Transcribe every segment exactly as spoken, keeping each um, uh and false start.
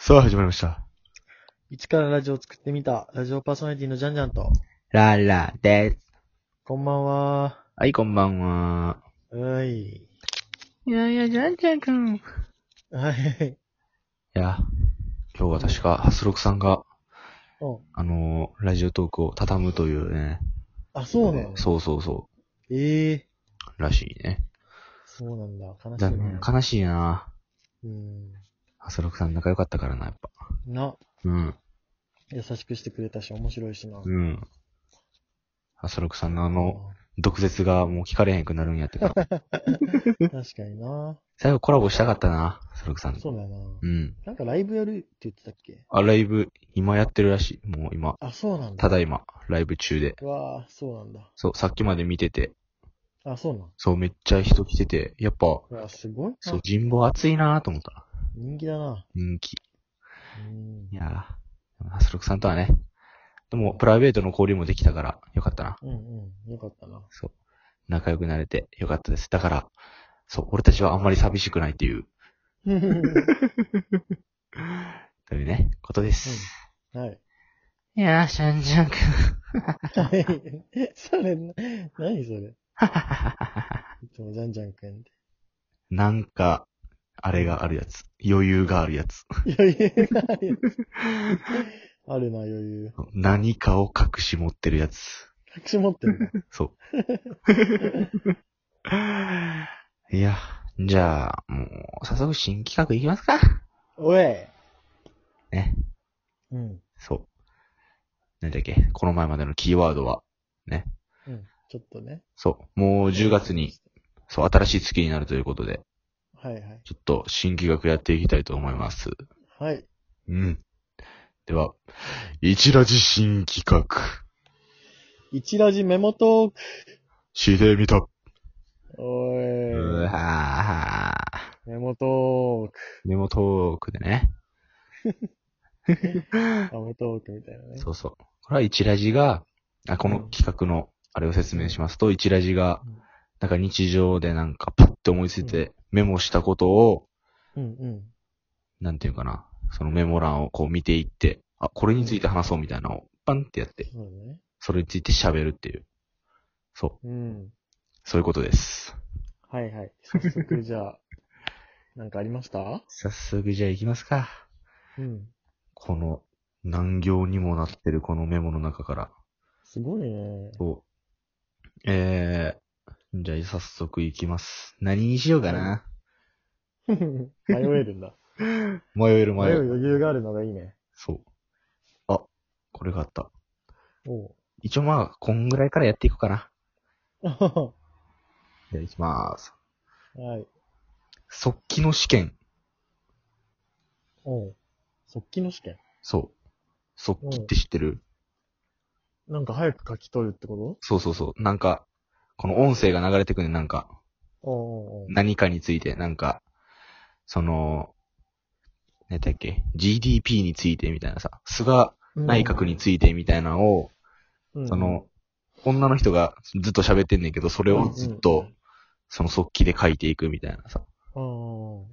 さあ始まりました。 一からラジオを作ってみた、ラジオパーソナリティのジャンジャンと、 ララです。 こんばんは。 はい、こんばんは。 はい。 いやいや、じゃんじゃんくん。いはい。 や、今日は確か、ハスロクさんが、 うん。 あのー、ラジオトークを畳むというね。 あ、そうなの？ そうそうそええう。らしいね。 そうなんだ。悲しだいね。 悲しいな。 うん。 ハスロクさん仲良かったからな、やっぱ。 な、 うん。 優しくしてくれたし、面白いしな。 うん。ハスロクさんのあの、 あ毒舌がもう聞かれへんくなるんやってから。 ー確かにな。 最後コラボしたかったな、ハスロクさんと。 そうだよな。 うん。 なんかライブやるって言ってたっけ？ あ、ライブ、今やってるらしい。もう今。 あ、そうなんだ。 ただいま、ライブ中で。 うわぁ、そうなんだ。 そう、さっきまで見てて、 あ、そうなん。 そう、めっちゃ人来てて、やっぱ、 うわすごいな。 そう、人望熱いなぁと思った。 人気だな。 人気。 うんい。やぁ、ハスロクさんとはね、でも、プライベートの交流もできたから、よかったな。 うんうん。よかったな。 そう。仲良くなれてよかったです。だから、そう、俺たちはあんまり寂しくないっていう、というね、ことです。 はい。 いやー、シャンジャン君。 はい。それ、な、何それ。いつもじゃんじゃんくんって。 なんか、あれがあるやつ。余裕があるやつ。 余裕があるやつ。あるな、余裕。 何かを隠し持ってるやつ。 隠し持ってんだ。 そう。いや、じゃあ、もう、早速新企画いきますか。 おい。 ね。 うん。 そう。なんだっけ、この前までのキーワードは、ね。 うん。ちょっとね。 そう。もうじゅうがつに、そう、新しい月になるということで、 はいはい。 ちょっと新企画やっていきたいと思います。 はい。 うん。では、一ラジ新企画。 一ラジメモトーク。 してみた。 おうい。 はメモトーク。 ー。メモトークでね。 メモトークみたいなね。 そうそう。これは一ラジが、あ、この企画の、あれを説明しますと、一ラジが、なんか日常でなんかパッて思いついてメモしたことを、 うんうん。 なんていうかな、そのメモ欄をこう見ていって、あ、これについて話そうみたいなのをパンってやって、 そうね。 それについて喋るっていう。そう。 うん。 そういうことです。 はいはい。早速じゃあ、なんかありました？ 早速じゃあ行きますか。 うん。 この難行にもなってるこのメモの中から。 すごいね。 そう。えー、じゃあ早速行きます。何にしようかな。 迷えるんだ。 迷える迷える。 迷う余裕があるのがいいね。 そう。あ、これがあった。 おう。 一応まあ、こんぐらいからやっていくかな。 はじゃあ行きます。 い。 速記の試験。 おう。速記の試験。 そう。速記って知ってる？ なんか早く書き取るってこそうそうそう。なんか、この音声が流れてくるね、なんか、 と？おうおうおう。 何かについて、なんか、その、何だっけ、ジーディーピー についてみたいなさ、菅内閣についてみたいなのを、 うん、 その、女の人がずっと喋ってんねんけど、それをずっと、その速記で書いていくみたいなさ。 うん、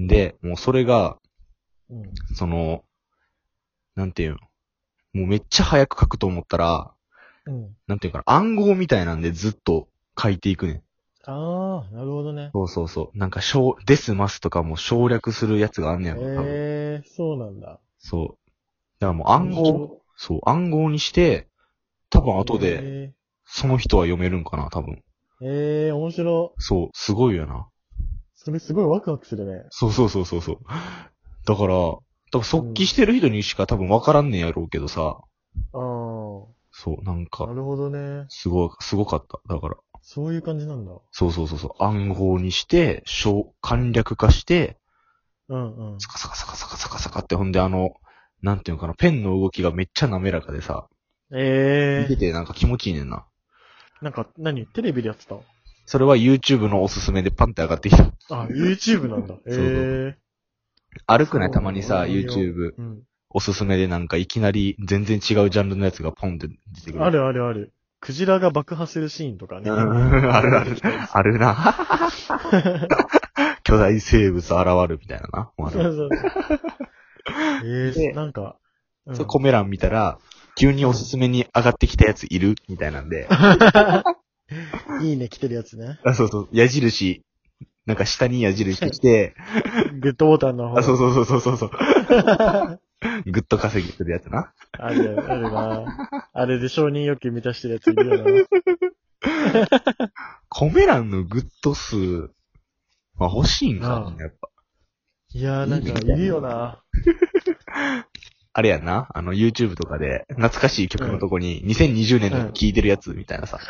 で、もうそれが、 うん。 その、なんていうの、もうめっちゃ早く書くと思ったら、 うん。 なんていうかな、暗号みたいなんでずっと書いていくねん。 ああ、なるほどね。 そうそうそう。なんか、省、デスマスとかも省略するやつがあんねやろ、多分。 ええー、そうなんだ。 そう。だからもう暗号、そう、暗号にして、多分後で、 えその人は読めるんかな、多分。 ー、えー、面白。 そう、すごいよな。 それすごいワクワクするね。 そうそうそうそうそう。だから、多分速記してる人にしか多分わからんねんやろうけどさ。 ああ、 そう、なんなか、 るほどね。 すごい、すごかった。だから。 そういう感じなんだ。 そうそうそうそう。暗号にして、小、簡略化して、 うんうん。 サカサカサカサカサカサカって、ほんであの、なんていうのかな、ペンの動きがめっちゃ滑らかでさ、見ええー。 ててなんか気持ちいいねんな。 なんか、何テレビでやってた？ それは YouTube のおすすめでパンって上がってきた。 あ、YouTube なんだ。ええー。 あるくないたまにさ、YouTube うん。 おすすめでなんかいきなり全然違うジャンルのやつがポンって出てくる。 あるあるある。クジラが爆破するシーンとかね。 うん、あるある。あるな。巨大生物現るみたいなな。もうあるそうそうえでー、なんか、うん、 そう、コメ欄見たら、急におすすめに上がってきたやついるみたいなんで。 いいね来てるやつね。 あ、そうそう、矢印、なんか下に矢印来て、 グッドボタンの方。 あ、そうそうそうそうそう。グッド稼ぎするやつな。 あるよ、あるな。あれで承認欲求満たしてるやついるよな。 コメ欄のグッド数、まあ欲しいんかなあな、やっぱ。 いやーなんかいるよな。 あれやんな、あの YouTube とかで懐かしい曲のとこににせんにじゅうねんの聴いてるやつみたいなさ。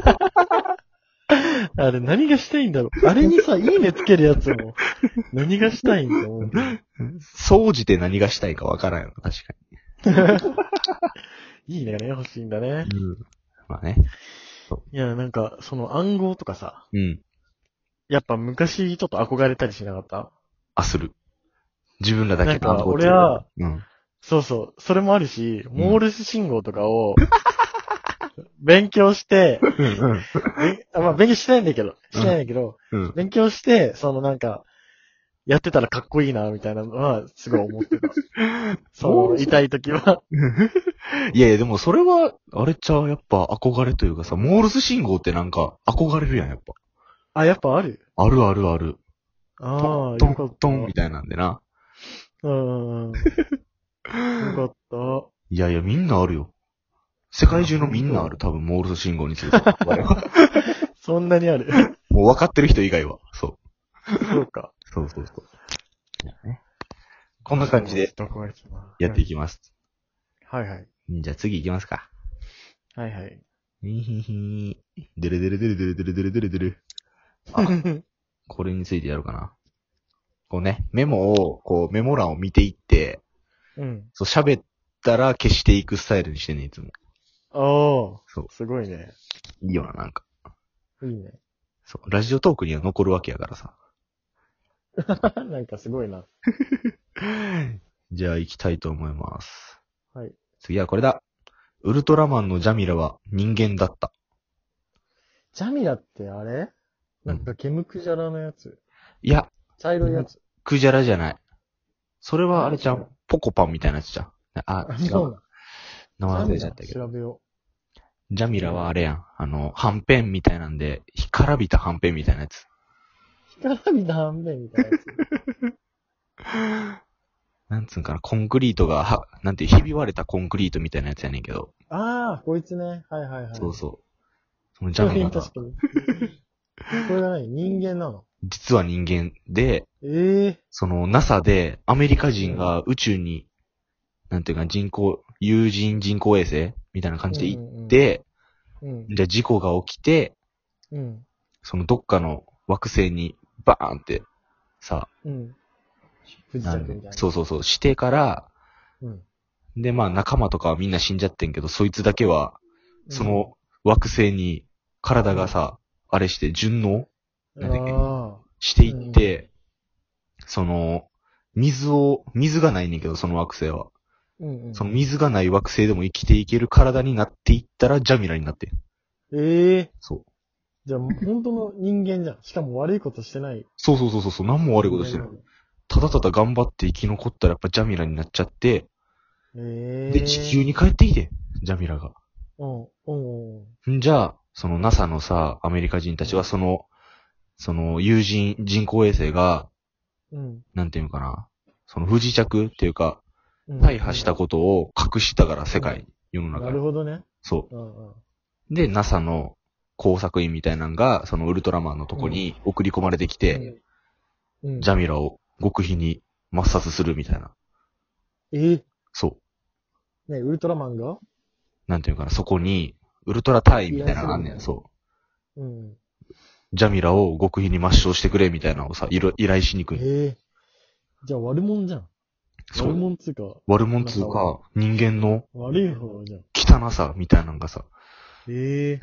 あれ何がしたいんだろう。あれにさ、いいねつけるやつも、何がしたいんって思うけど。 総じて何がしたいかわからんよな、確かいいねがね、欲しいんだね。 に。うん。まあね。 いや、なんか、その暗号とかさ、 うん。 やっぱ昔ちょっと憧れたりしなかった？ あ、する。自分らだけなんか暗号俺は、 うん。 そうそう、それもあるし、モールス信号とかを、勉強して、 うんべあまあ勉強してないんだけど、してないんだけど、 うん。 勉強して、そのなんか、やってたらかっこいいな、みたいなのは、すごい思ってた。そう、痛い時は。 いやいや、でもそれは、あれちゃう、やっぱ憧れというかさ、モールス信号ってなんか憧れるやん、やっぱ。 あ、やっぱある？ あるあるある。 ああ、 トンよかった。 トンみたいなんでな。 うん。よかった。 いやいや、みんなあるよ。世界中のみんなある、多分、モールス信号について。我々 そんなにある。 もう分かってる人以外は。そう。 そうか。 そうそうそう。いやね、こんな感じでやっていきます。 はいはい。 じゃあ次行きますか。 はいはい。 ひひひデレデレデレデレデレデレデレデレ。あ、これについてやるかな。こうね、メモを、こうメモ欄を見ていって、 うん。 そう喋ったら消していくスタイルにしてね、いつも。 おー。 そう。 すごいね。 いいよな、なんか。 いいね。 そう。ラジオトークには残るわけやからさ。 なんかすごいな。 じゃあ行きたいと思います。 はい。 次はこれだ。ウルトラマンのジャミラは人間だった。 ジャミラってあれなんかケムクジャラのやつ。 いや、 茶色いやつ。 クジャラじゃない。それはあれちゃん、ポコパンみたいなやつじゃん。あ、違そうう。名前忘れちゃったけど。 調べよジャミラはあれやん。あの、はんぺんみたいなんで、干からびたはんぺんみたいなやつ。 う。干からびた半分みたいなやつ。 なんつうんかな、コンクリートが、は、なんていう、ひび割れたコンクリートみたいなやつやねんけど。 ああ、こいつね。はいはいはい。 そうそう。そのジャミラが確、かに。これが何人間なの？ 実は人間で、 ええその ナサ でアメリカ人が宇宙に、なんていうか人工、有人人工衛星みたいな感じで行って、 うん。 じゃあ事故が起きて、 うん。 そのどっかの惑星にバーンって、さ、 うん。不時なんで着みたいな。 そうそうそう、してから、 うん。 で、まあ仲間とかはみんな死んじゃってんけど、そいつだけは、その惑星に体がさ、あれして順応うん、 なんだっけああ。 していって、その、水を、水がないねんけど、その惑星は。 うんうん。 その水がない惑星でも生きていける体になっていったらジャミラになってん。 ええそう。 じゃあ、本当の人間じゃん。しかも悪いことしてない。 そうそうそうそう、何も悪いことしてない。ただただ頑張って生き残ったらやっぱジャミラになっちゃって、 ええで、地球に帰ってきて、ジャミラが。 うん。うん。 んじゃあ、その ナサ のさ、アメリカ人たちはその、その有人人工衛星が、 うん。 なんていうのかな、その不時着っていうか、 うん。 大破したことを隠したから世界、世の中なに。 るほどね。 そうんうん。 う。で、ナサ の工作員みたいなのが、そのウルトラマンのとこに送り込まれてきて、 うん、うん。 ジャミラを極秘に抹殺するみたいな。 ええそう。 ねウルトラマンがなんていうのかな、そこに、ウルトラ隊員みたいなのがあんねん、そうん。 う。ジャミラを極秘に抹消してくれみたいなのをさ、依頼依頼しに行くんよ。 ええじゃあ悪者じゃん。悪そう。 者っつうか、 悪者つうか、人間の悪い方じゃん。 汚さみたいなのがさ、 ええ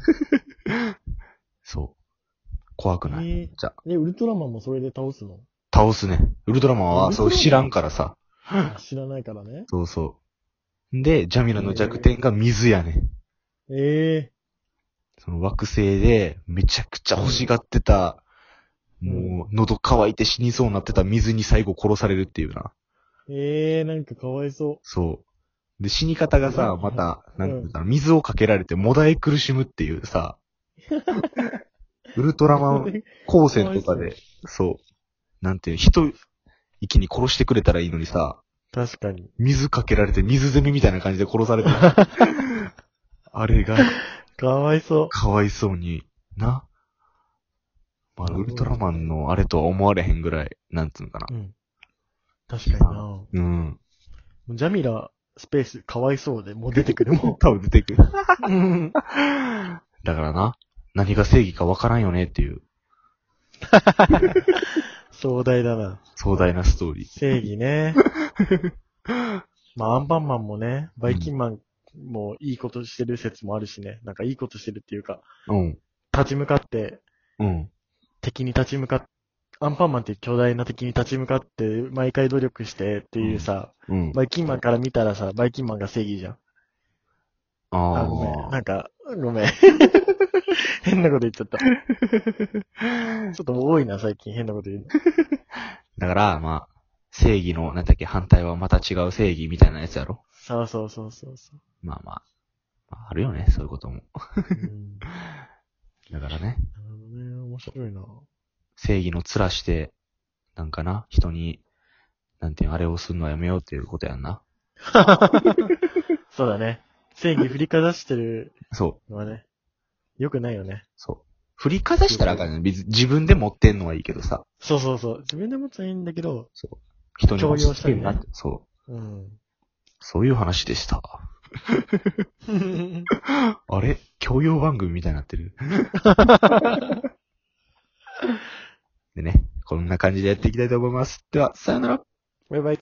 そう。怖くない。 ええじゃあ、 え、ウルトラマンもそれで倒すの？ 倒すね。ウルトラマンはウルトラマンそう知らんからさ。 あ知らないからね。 そうそう。で、ジャミラの弱点が水やね。 ええその惑星でめちゃくちゃ欲しがってた、 うんもう喉乾いて死にそうになってた水に最後殺されるっていうな。 ええー、なんかかわいそそう。で、死に方がさ、 うんまた、なんていううんかな、水をかけられてもだえ苦しむっていうさ、ウルトラマン光線とかかわいで、そう。なんていう、人、一気に殺してくれたらいいのにさ、 確かに。 水かけられて水攻めみたいな感じで殺されてる。あれが、 かわいそかわいそうにな。まあ、ウルトラマンのあれとは思われへんぐらい、なんつうのかなう。う。ん。確かにな。 うん。 ジャミラ、スペース、かわいそうで、もう出てくるもん。 多分出てくる。 うんだからな、何が正義かわからんよねっていう壮大だな。 壮大なストーリー。 正義ね。まあ、アンパンマンもね、バイキンマンもいいことしてる説もあるしね。なんかいいことしてるっていうか、 うん。 立ち向かって、 うん。 敵に立ち向かっ、アンパンマンっていう巨大な敵に立ち向かって、毎回努力してっていうさ、 うん。 バイキンマンから見たらさ、バイキンマンが正義じゃん。 ああ、ごめん。なあ。 んか、ごめん。変なこと言っちゃった。ちょっともう多いな、最近変なこと言うの。 だから、まあ、正義の、なんだっけ、反対はまた違う正義みたいなやつやろ。 そうそうそうそうそまあまあ、まあ、あるよね、そういうことも。 う。うん。 だからね、 なるほどね、面白いな。 正義の面して、なんかな、人に、なんていうのあれをするのはやめようっていうことやんな。 そうだね。正義振りかざしてるそう、 のはね、良くないよね。 そう。振りかざしたらあかんねん。別に自分で持ってんのはいいけどさ。 そうそうそう。自分で持つのはいいんだけど、 そう。人に強要したりね押し付けるなってそう。 うん。 そういう話でした。あれ教養番組みたいになってる。でね、こんな感じでやっていきたいと思います。では、さよなら。 バイバイ。